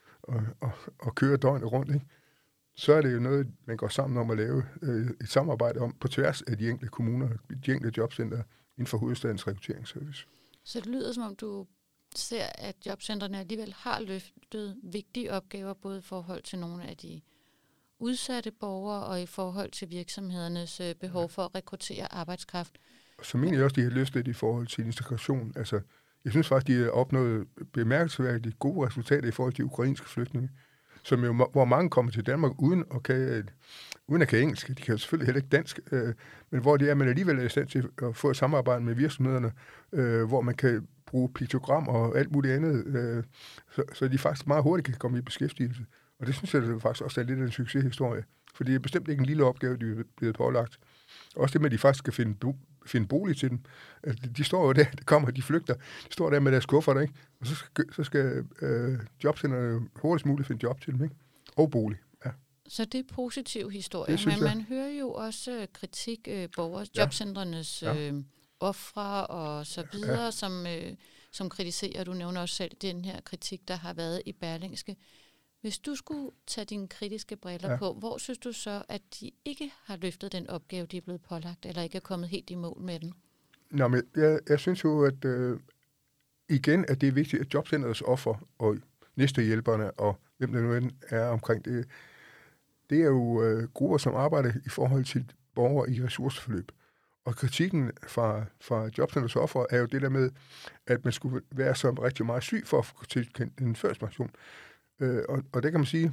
og køre døgnet rundt, ikke? Så er det jo noget, man går sammen om at lave et samarbejde om på tværs af de enkelte kommuner, de enkelte jobcenter inden for Hovedstadens Rekrutteringsservice. Så det lyder som om, du ser, at jobcentrene alligevel har løftet vigtige opgaver, både i forhold til nogle af de udsatte borgere og i forhold til virksomhedernes behov for at rekruttere arbejdskraft. Så mener jeg også, de har løftet i forhold til integration. Altså, jeg synes faktisk, de har opnået bemærkelsesværdigt gode resultater i forhold til ukrainske flygtninge, som jo, hvor mange kommer til Danmark uden at kan engelsk. De kan jo selvfølgelig heller ikke dansk, men hvor det er, man alligevel er i stand til at få et samarbejde med virksomhederne, hvor man kan bruge piktogram og alt muligt andet, så de faktisk meget hurtigt kan komme i beskæftigelse. Og det synes jeg faktisk også er lidt af en succeshistorie, for det er bestemt ikke en lille opgave, de er blevet pålagt. Også det med, at de faktisk skal finde bolig til dem. De står jo der, det kommer, de flygter. De står der med deres kufferter, ikke? Og så skal jobcenterne hurtigst muligt finde job til dem, ikke? Og bolig, ja. Så det er positiv historie, men man hører jo også kritik, jobcentrenes ofre og så videre, som kritiserer. Du nævner også selv den her kritik, der har været i Berlingske. Hvis du skulle tage dine kritiske briller på, hvor synes du så, at de ikke har løftet den opgave, de er blevet pålagt, eller ikke er kommet helt i mål med den? Nå, men jeg synes jo, at igen, at det er vigtigt, at jobcenterets offer og næstehjælperne og hvem der nu er omkring det, det er jo grupper, som arbejder i forhold til borgere i ressourceforløb. Og kritikken fra jobcenterets offer er jo det der med, at man skulle være så rigtig meget syg for at få tilkendt en førtidspension. Og det kan man sige,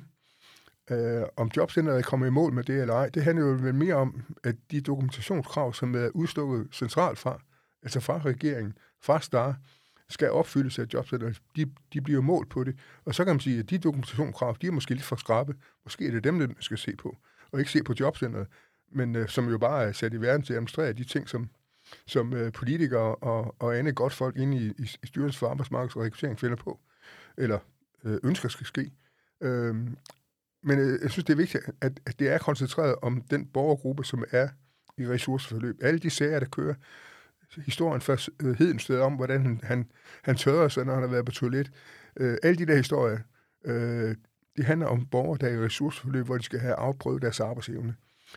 om jobcenteret kommer i mål med det eller ej, det handler jo vel mere om, at de dokumentationskrav, som er udstukket centralt fra, altså fra regeringen, fra STAR, skal opfyldes af jobcenteret. De bliver målt på det. Og så kan man sige, at de dokumentationskrav, de er måske lidt for skrappe. Måske er det dem, der skal se på, og ikke se på jobcenteret, men som jo bare er sat i verden til at administrere de ting, som politikere og andet godt folk inde i Styrelsen for Arbejdsmarkeds- og Rekruttering finder på, eller ønsker skal ske. Men jeg synes, det er vigtigt, at det er koncentreret om den borgergruppe, som er i ressourceforløb. Alle de sager, der kører, historien fra Hedensted om, hvordan han tørrer sig, når han har været på toilet. Alle de der historier, det handler om borgere, der er i ressourceforløb, hvor de skal have afprøvet deres arbejdsevne.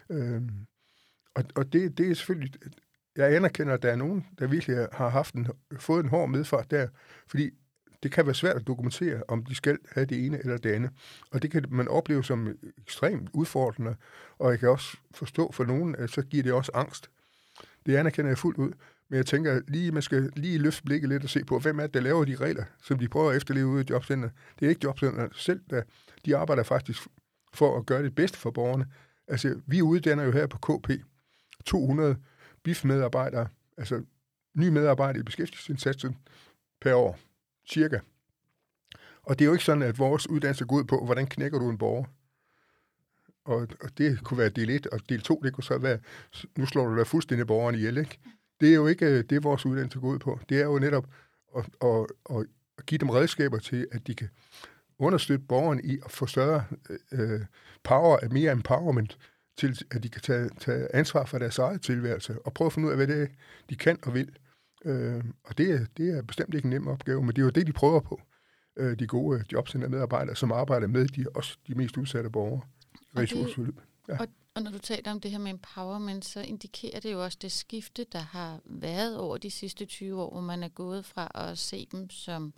Og det er selvfølgelig... Jeg anerkender, at der er nogen, der virkelig har fået en hård medfart der, fordi det kan være svært at dokumentere, om de skal have det ene eller det andet. Og det kan man opleve som ekstremt udfordrende, og jeg kan også forstå for nogen, at så giver det også angst. Det anerkender jeg fuldt ud, men jeg tænker, man skal lige løfte blikket lidt og se på, hvem er det, der laver de regler, som de prøver at efterleve ude i jobcenteret. Det er ikke jobcenteret selv, de arbejder faktisk for at gøre det bedste for borgerne. Altså, vi uddanner jo her på KP 200 BIF-medarbejdere, altså nye medarbejdere i beskæftigelsesindsatsen per år, cirka. Og det er jo ikke sådan, at vores uddannelse går ud på, hvordan knækker du en borger. Og det kunne være del 1, og del 2, det kunne så være, nu slår du da fuldstændig borgeren ihjel, ikke? Det er jo ikke det, vores uddannelse går ud på. Det er jo netop at give dem redskaber til, at de kan understøtte borgeren i at få større power, mere empowerment, til at de kan tage ansvar for deres eget tilværelse, og prøve at finde ud af, hvad det er, de kan og vil. Og det er bestemt ikke en nem opgave, men det er jo det, de prøver på. De gode jobcentermedarbejdere, som arbejder med de mest udsatte borgere. Ressourceforløb. Ja. Og når du taler om det her med empowerment, så indikerer det jo også det skifte, der har været over de sidste 20 år, hvor man er gået fra at se dem som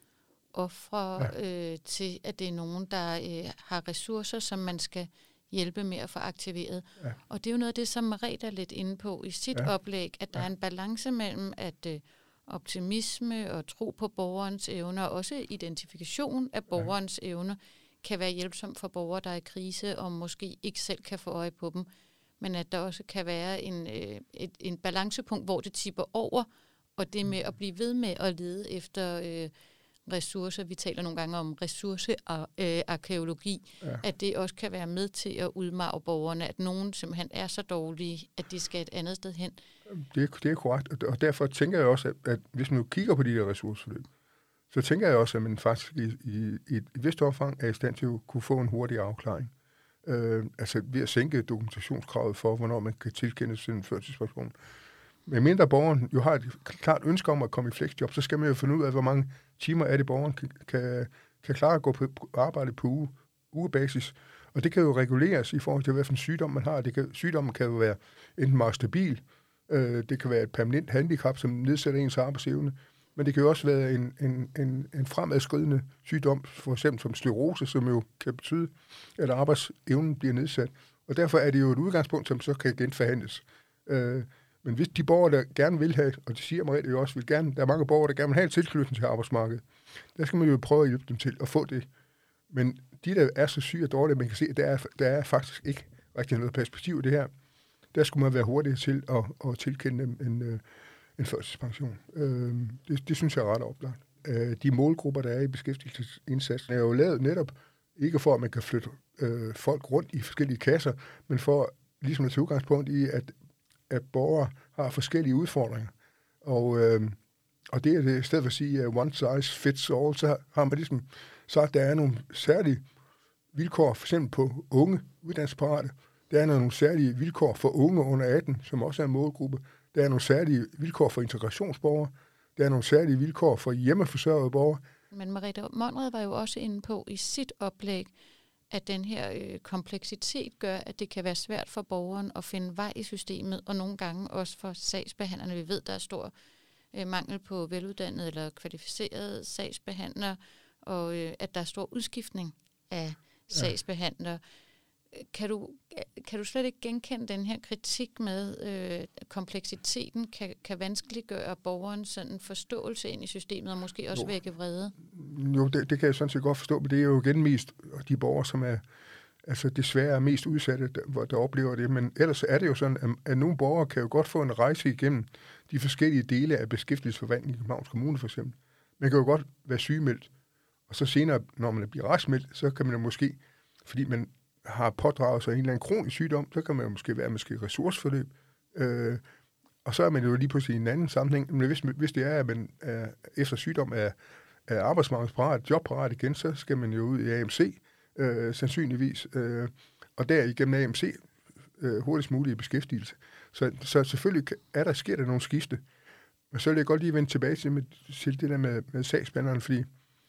ofre til, at det er nogen, der har ressourcer, som man skal hjælpe med at få aktiveret. Ja. Og det er jo noget af det, som Merete er lidt inde på i sit oplæg, at der er en balance mellem at optimisme og tro på borgerens evner, og også identifikation af borgerens evner, kan være hjælpsomt for borgere, der er i krise, og måske ikke selv kan få øje på dem, men at der også kan være en balancepunkt, hvor det tipper over, og det med at blive ved med at lede efter ressourcer, vi taler nogle gange om ressourcearkæologi, at det også kan være med til at udmarve borgerne, at nogen simpelthen er så dårlige, at de skal et andet sted hen. Det er korrekt, og derfor tænker jeg også, at hvis man nu kigger på de der ressourceforløb, så tænker jeg også, at man faktisk i et vist omfang er i stand til at kunne få en hurtig afklaring. Altså ved at sænke dokumentationskravet for, hvornår man kan tilkendes en førtidspension. Men mindre borgeren jo har et klart ønske om at komme i flexjob, så skal man jo finde ud af, hvor mange timer er det, borgeren kan klare at gå på arbejde på ugebasis. Og det kan jo reguleres i forhold til, hvilken sygdom man har. Sygdommen kan jo være enten meget stabil, det kan være et permanent handicap, som nedsætter ens arbejdsevne, men det kan jo også være en fremadskridende sygdom, for eksempel som sklerose, som jo kan betyde, at arbejdsevnen bliver nedsat. Og derfor er det jo et udgangspunkt, som så kan genforhandles. Men hvis de borgere, der gerne vil have, og det siger Merete jo også, der er mange borgere, der gerne vil have en tilknytning til arbejdsmarkedet, der skal man jo prøve at hjælpe dem til at få det. Men de, der er så syge og dårlige, man kan se, at der er faktisk ikke rigtig noget perspektiv i det her. Der skulle man være hurtig til at tilkende dem en førtidspension. Det synes jeg er ret oplagt. De målgrupper, der er i beskæftigelsesindsatsen, er jo lavet netop ikke for, at man kan flytte folk rundt i forskellige kasser, men for ligesom at tage udgangspunkt i, at borgere har forskellige udfordringer. Og det er det, i stedet for at sige one size fits all, så har man ligesom sagt, at der er nogle særlige vilkår, for eksempel på unge uddannelsesparate. Der er nogle særlige vilkår for unge under 18, som også er en målgruppe. Der er nogle særlige vilkår for integrationsborgere. Der er nogle særlige vilkår for hjemmeforsørgede borgere. Men Merete Monrad var jo også inde på i sit oplæg, at den her kompleksitet gør, at det kan være svært for borgeren at finde vej i systemet, og nogle gange også for sagsbehandlerne. Vi ved, der er stor mangel på veluddannede eller kvalificerede sagsbehandlere, og at der er stor udskiftning af sagsbehandlere. Kan du slet ikke genkende den her kritik med, at kompleksiteten kan vanskeliggøre borgerens sådan forståelse ind i systemet, og måske også vække vrede? Jo, det kan jeg sådan set godt forstå, men det er jo igen mest de borgere, som er desværre mest udsatte, der oplever det. Men ellers er det jo sådan, at nogle borgere kan jo godt få en rejse igennem de forskellige dele af beskæftigelsesforvaltningen i Københavns Kommune for eksempel. Man kan jo godt være sygemeldt, og så senere, når man bliver raskmeldt, så kan man jo måske, fordi man har pådraget sig en eller anden kronisk sygdom, så kan man jo måske være ressourceforløb. Og så er man jo lige pludselig i en anden sammenhæng. Men hvis det er, at man efter sygdom er arbejdsmarkedsparat, jobparat igen, så skal man jo ud i AMC, sandsynligvis, og derigennem AMC hurtigst muligt i beskæftigelse. Så selvfølgelig sker der nogle skifte. Men så vil jeg godt lige vende tilbage til det der med sagsbehandleren, fordi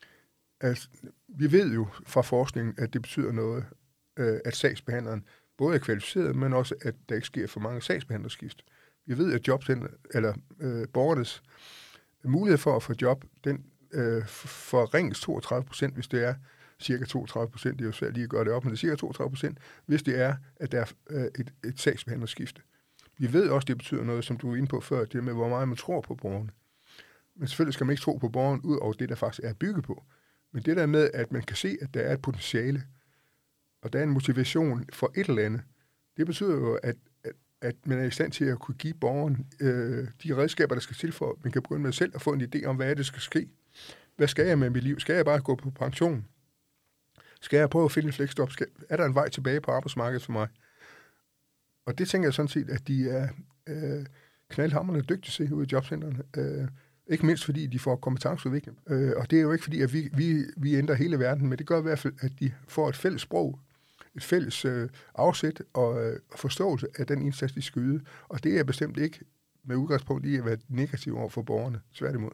vi ved jo fra forskningen, at det betyder noget, at sagsbehandleren både er kvalificeret, men også, at der ikke sker for mange sagsbehandlerskift. Vi ved, at borgernes mulighed for at få job, den forringes 32%, hvis det er cirka 32%. Det er jo svært lige at gøre det op, men det er cirka 32%, hvis det er, at der er et sagsbehandlerskifte. Vi ved også, det betyder noget, som du var inde på før, det med, hvor meget man tror på borgerne. Men selvfølgelig skal man ikke tro på borgeren, ud over det, der faktisk er bygget på. Men det der med, at man kan se, at der er et potentiale, og der er en motivation for et eller andet, det betyder jo, at man er i stand til at kunne give borgeren de redskaber, der skal til for, at man kan begynde med selv at få en idé om, hvad det skal ske. Hvad skal jeg med mit liv? Skal jeg bare gå på pension? Skal jeg prøve at finde en flexjob? Er der en vej tilbage på arbejdsmarkedet for mig? Og det tænker jeg sådan set, at de er knaldhamrende dygtige til ude i jobcentrene. Ikke mindst fordi de får kompetenceudvikling. Og det er jo ikke fordi, at vi ændrer hele verden, men det gør i hvert fald, at de får et fælles sprog, et fælles afsæt og forståelse af den indsats, de skal yde. Og det er bestemt ikke med udgangspunkt i at være negativ over for borgerne. Tværtimod.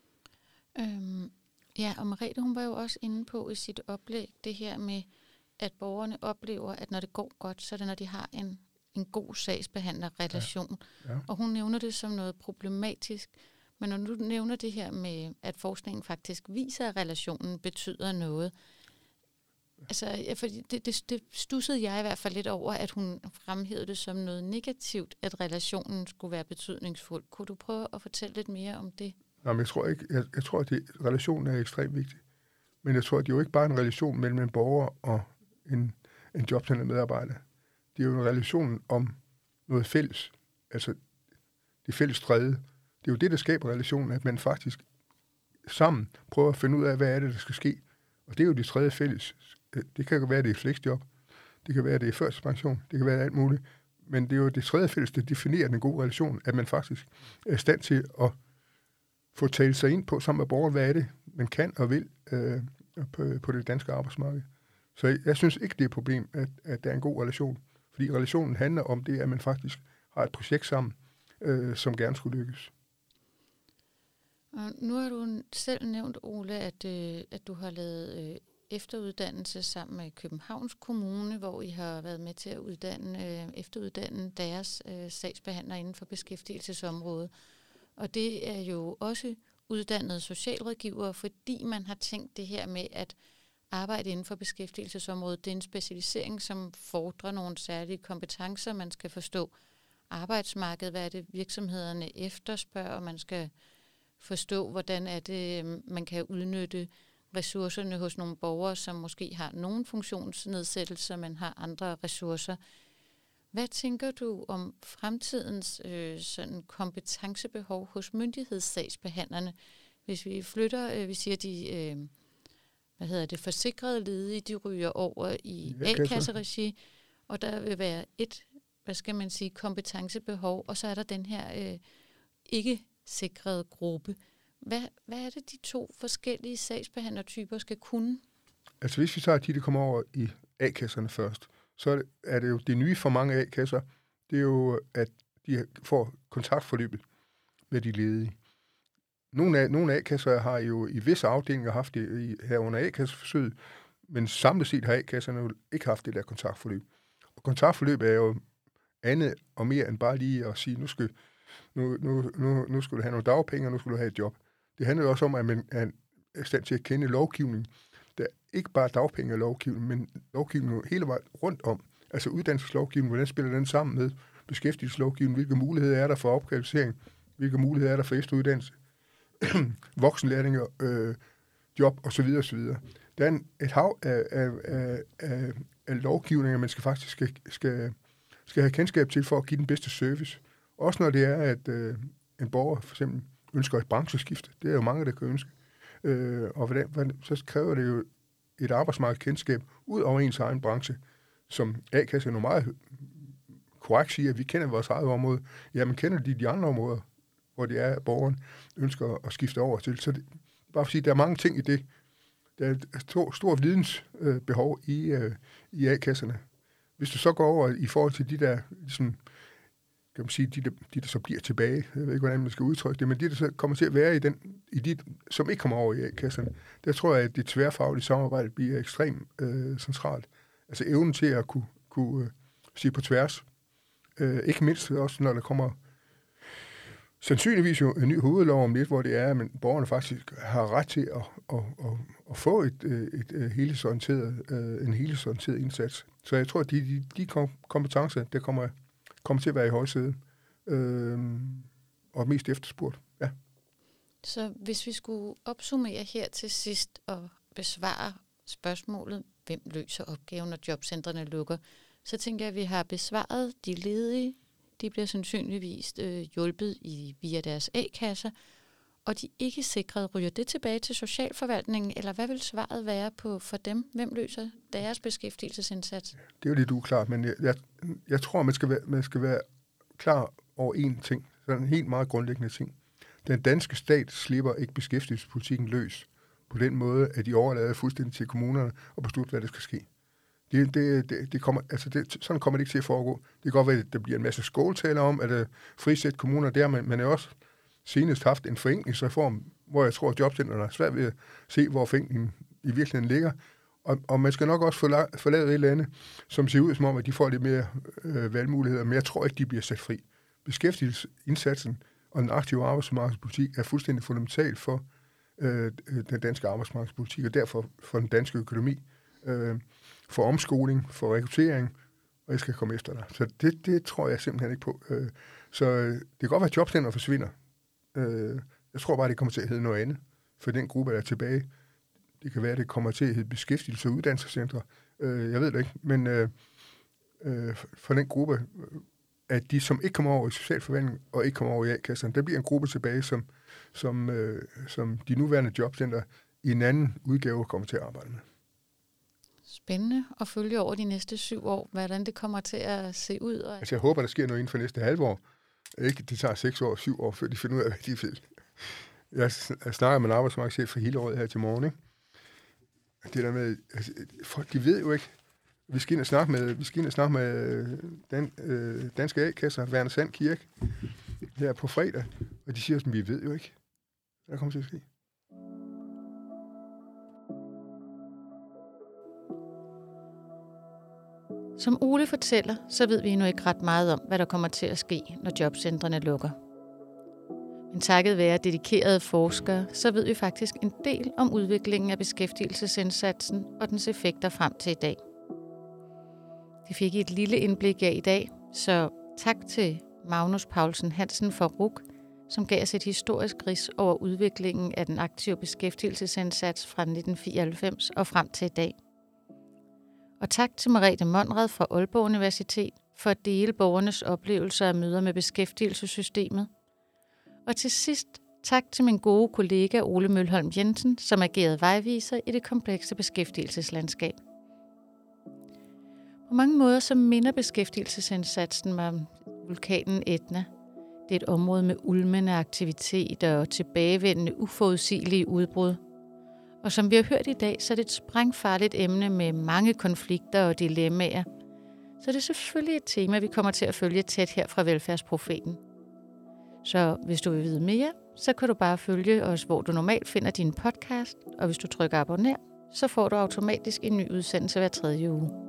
Ja, og Merete, hun var jo også inde på i sit oplæg det her med, at borgerne oplever, at når det går godt, så er det, når de har en god sagsbehandlerrelation. Ja. Og hun nævner det som noget problematisk. Men når du nævner det her med, at forskningen faktisk viser, at relationen betyder noget, altså, fordi det stussede jeg i hvert fald lidt over, at hun fremhævede det som noget negativt, at relationen skulle være betydningsfuld. Kunne du prøve at fortælle lidt mere om det? Nej, men jeg tror ikke. Jeg tror, at relationen er ekstremt vigtig. Men jeg tror, at det er jo ikke bare en relation mellem en borger og en jobcentermedarbejder. Det er jo en relation om noget fælles. Altså, det fælles træde. Det er jo det, der skaber relationen, at man faktisk sammen prøver at finde ud af, hvad er det, der skal ske. Og det er jo det tredje fælles. Det kan jo være, det er flexjob. Det kan være, det er førtidspension. Det kan være alt muligt. Men det er jo det tredje fælles, der definerer den gode relation, at man faktisk er i stand til at få talt sig ind på sammen med borgeren, hvad er det, man kan og vil på det danske arbejdsmarked. Så jeg synes ikke, det er et problem, at der er en god relation. Fordi relationen handler om det, at man faktisk har et projekt sammen, som gerne skulle lykkes. Og nu har du selv nævnt, Ole, at du har lavet efteruddannelse sammen med Københavns Kommune, hvor I har været med til at efteruddanne deres sagsbehandlere inden for beskæftigelsesområdet. Og det er jo også uddannede socialrådgivere, fordi man har tænkt det her med at arbejde inden for beskæftigelsesområdet. Det er en specialisering, som fordrer nogle særlige kompetencer. Man skal forstå arbejdsmarkedet, hvad er det virksomhederne efterspørger, og man skal forstå, hvordan er det, man kan udnytte ressourcerne hos nogle borgere, som måske har nogle funktionsnedsættelser, men har andre ressourcer. Hvad tænker du om fremtidens sådan kompetencebehov hos myndighedssagsbehandlerne? Hvis vi flytter, vi siger, de forsikrede ledige, de ryger over i A-kasseregi, og der vil være et, kompetencebehov, og så er der den her ikke sikrede gruppe. Hvad er det, de to forskellige sagsbehandlertyper skal kunne? Altså hvis vi tager de kommer over i A-kasserne først, så er det jo det nye for mange A-kasser, det er jo, at de får kontaktforløbet med de ledige. Nogle A-kasser har jo i visse afdelinger haft det her under A-kasseforsøget, men samlet set har A-kasserne jo ikke haft det der kontaktforløb. Og kontaktforløb er jo andet og mere end bare lige at sige, nu skal du have nogle dagpenge, og nu skal du have et job. Det handler jo også om, at man er i stand til at kende lovgivning. Der er ikke bare dagpengelovgivning, men lovgivning hele vejen rundt om. Altså uddannelseslovgivning, hvordan spiller den sammen med beskæftigelseslovgivning, hvilke muligheder er der for opkvalificering, hvilke muligheder er der for efteruddannelse, voksenlærlinger, job osv. osv. Der er et hav af lovgivninger, man faktisk skal have kendskab til for at give den bedste service. Også når det er, at en borger for eksempel ønsker et brancheskifte. Det er jo mange, der kan ønske. Og så kræver det jo et arbejdsmarkedskendskab ud over ens egen branche, som A-kasse er meget korrekt siger, at vi kender vores eget område. Ja, man kender de andre områder, hvor det er, at borgeren ønsker at skifte over til. Så det bare for at sige, der er mange ting i det. Der er et stort vidensbehov i A-kasserne. Hvis du så går over i forhold til de der, ligesom, kan man sige, de der så bliver tilbage, jeg ved ikke, hvordan man skal udtrykke det, men de, der så kommer til at være i de, som ikke kommer over i A-kasserne, der tror jeg, at det tværfaglige samarbejde bliver ekstremt centralt. Altså evnen til at kunne sige på tværs. Ikke mindst også, når der kommer sandsynligvis jo en ny hovedlov om lidt, hvor det er, at borgerne faktisk har ret til at få en helhedsorienteret indsats. Så jeg tror, at de kompetencer, der kommer til at være i højsædet og mest efterspurgt. Ja. Så hvis vi skulle opsummere her til sidst og besvare spørgsmålet, hvem løser opgaven, når jobcentrene lukker, så tænker jeg, at vi har besvaret de ledige. De bliver sandsynligvis hjulpet via deres A-kasser, og de ikke sikrede, ryger det tilbage til socialforvaltningen, eller hvad vil svaret være for dem? Hvem løser deres beskæftigelsesindsats? Det er jo lidt uklart, men jeg tror, man skal være klar over én ting. Det er en helt meget grundlæggende ting. Den danske stat slipper ikke beskæftigelsespolitikken løs på den måde, at de overlader fuldstændig til kommunerne og beslutter, hvad der skal ske. Sådan kommer det ikke til at foregå. Det kan godt være, at der bliver en masse skåltaler om, at frisætte kommuner der, men man har også senest haft en forenklingsreform, hvor jeg tror, at jobcentrene er svært ved at se, hvor forenklingen i virkeligheden ligger. Og man skal nok også få lavet et eller andet, som ser ud som om, at de får lidt mere valgmuligheder, men jeg tror ikke, de bliver sat fri. Beskæftigelsesindsatsen og den aktive arbejdsmarkedspolitik er fuldstændig fundamental for den danske arbejdsmarkedspolitik, og derfor for den danske økonomi. For omskoling, for rekruttering, og jeg skal komme efter dig. Så det tror jeg simpelthen ikke på. Så det kan godt være, at jobcenter forsvinder. Jeg tror bare, det kommer til at hedde noget andet for den gruppe, der er tilbage. Det kan være, at det kommer til at hedde beskæftigelse- og uddannelsescentre. Jeg ved det ikke, men for den gruppe, at de, som ikke kommer over i socialforvaltning og ikke kommer over i A-kasserne, der bliver en gruppe tilbage, som de nuværende jobcenter i en anden udgave kommer til at arbejde med. Spændende at følge over de næste 7 år, hvordan det kommer til at se ud. Altså jeg håber, der sker noget inden for næste halvår. Ikke, det tager 6 år, 7 år, før de finder ud af, hvad de vil. Jeg snakker med en arbejdsmarkedschef for hele året her til morgen. Ikke? Det der med, altså, folk, de ved jo ikke. Vi skal ind og snakke med danske A-kasser, Verner Sand Kirke, her på fredag. Og de siger sådan, vi ved jo ikke, hvad der kommer til at ske. Som Ole fortæller, så ved vi endnu ikke ret meget om, hvad der kommer til at ske, når jobcentrene lukker. Men takket være dedikerede forskere, så ved vi faktisk en del om udviklingen af beskæftigelsesindsatsen og dens effekter frem til i dag. Det fik I et lille indblik af i dag, så tak til Magnus Paulsen Hansen fra RUC, som gav os et historisk rids over udviklingen af den aktive beskæftigelsesindsats fra 1994 og frem til i dag. Og tak til Merete Monrad fra Aalborg Universitet for at dele borgernes oplevelser af møder med beskæftigelsessystemet. Og til sidst tak til min gode kollega Ole Mølholm Jensen, som agerede vejviser i det komplekse beskæftigelseslandskab. På mange måder så minder beskæftigelsesindsatsen mig om vulkanen Etna. Det er et område med ulmende aktiviteter og tilbagevendende uforudsigelige udbrud. Og som vi har hørt i dag, så er det et sprængfarligt emne med mange konflikter og dilemmaer. Så det er selvfølgelig et tema, vi kommer til at følge tæt her fra Velfærdsprofeten. Så hvis du vil vide mere, så kan du bare følge os, hvor du normalt finder din podcast. Og hvis du trykker abonner, så får du automatisk en ny udsendelse hver 3. uge.